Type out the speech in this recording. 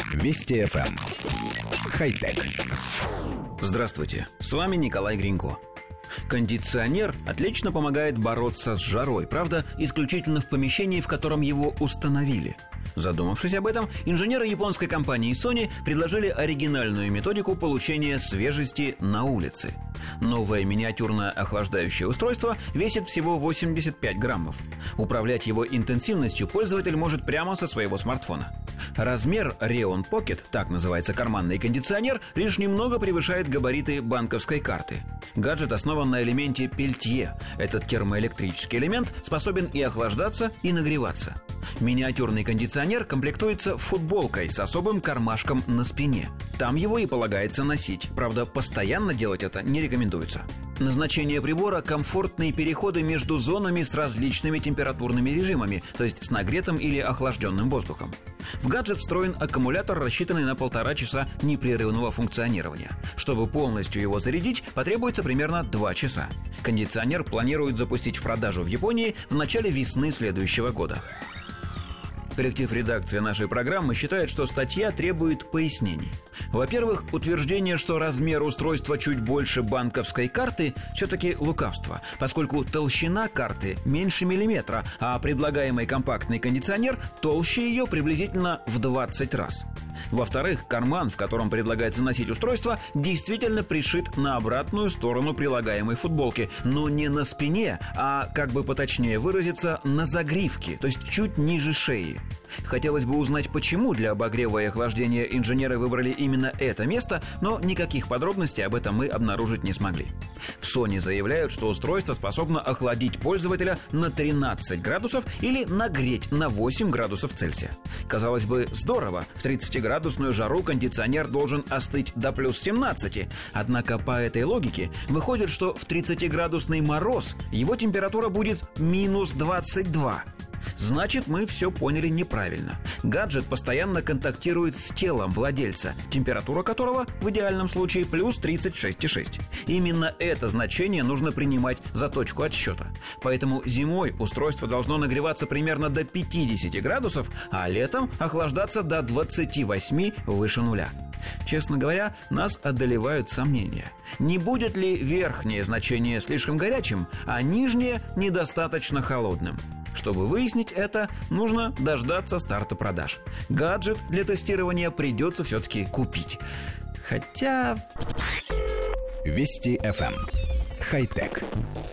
Вести ФМ. Хай-тек. Здравствуйте, с вами Николай Гринько. Кондиционер отлично помогает бороться с жарой, правда, исключительно в помещении, в котором его установили. Задумавшись об этом, инженеры японской компании Sony предложили оригинальную методику получения свежести на улице. Новое миниатюрное охлаждающее устройство весит всего 85 граммов. Управлять его интенсивностью пользователь может прямо со своего смартфона. Размер Rayon Pocket, так называется карманный кондиционер, лишь немного превышает габариты банковской карты. Гаджет основан на элементе пельтье. Этот термоэлектрический элемент способен и охлаждаться, и нагреваться. Миниатюрный кондиционер комплектуется футболкой с особым кармашком на спине. Там его и полагается носить. Правда, постоянно делать это не рекомендуется. Назначение прибора – комфортные переходы между зонами с различными температурными режимами, то есть с нагретым или охлажденным воздухом. В гаджет встроен аккумулятор, рассчитанный на 1,5 часа непрерывного функционирования. Чтобы полностью его зарядить, потребуется примерно 2 часа. Кондиционер планируют запустить в продажу в Японии в начале весны следующего года. Коллектив редакции нашей программы считает, что статья требует пояснений. Во-первых, утверждение, что размер устройства чуть больше банковской карты, все-таки лукавство, поскольку толщина карты меньше миллиметра, а предлагаемый компактный кондиционер толще ее приблизительно в 20 раз. Во-вторых, карман, в котором предлагается носить устройство, действительно пришит на обратную сторону прилагаемой футболки, но не на спине, а, как бы поточнее выразиться, на загривке, то есть чуть ниже шеи. Хотелось бы узнать, почему для обогрева и охлаждения инженеры выбрали именно это место, но никаких подробностей об этом мы обнаружить не смогли. В Sony заявляют, что устройство способно охладить пользователя на 13 градусов или нагреть на 8 градусов Цельсия. Казалось бы, здорово, в 30-градусную жару кондиционер должен остыть до плюс 17, однако по этой логике выходит, что в 30-градусный мороз его температура будет минус 22. Значит, мы все поняли неправильно. Гаджет постоянно контактирует с телом владельца, температура которого в идеальном случае плюс 36,6. Именно это значение нужно принимать за точку отсчета. Поэтому зимой устройство должно нагреваться примерно до 50 градусов, а летом охлаждаться до 28 выше нуля. Честно говоря, нас одолевают сомнения. Не будет ли верхнее значение слишком горячим, а нижнее недостаточно холодным? Чтобы выяснить это, нужно дождаться старта продаж. Гаджет для тестирования придется все-таки купить. Хотя... Вести ФМ. Хай-тек.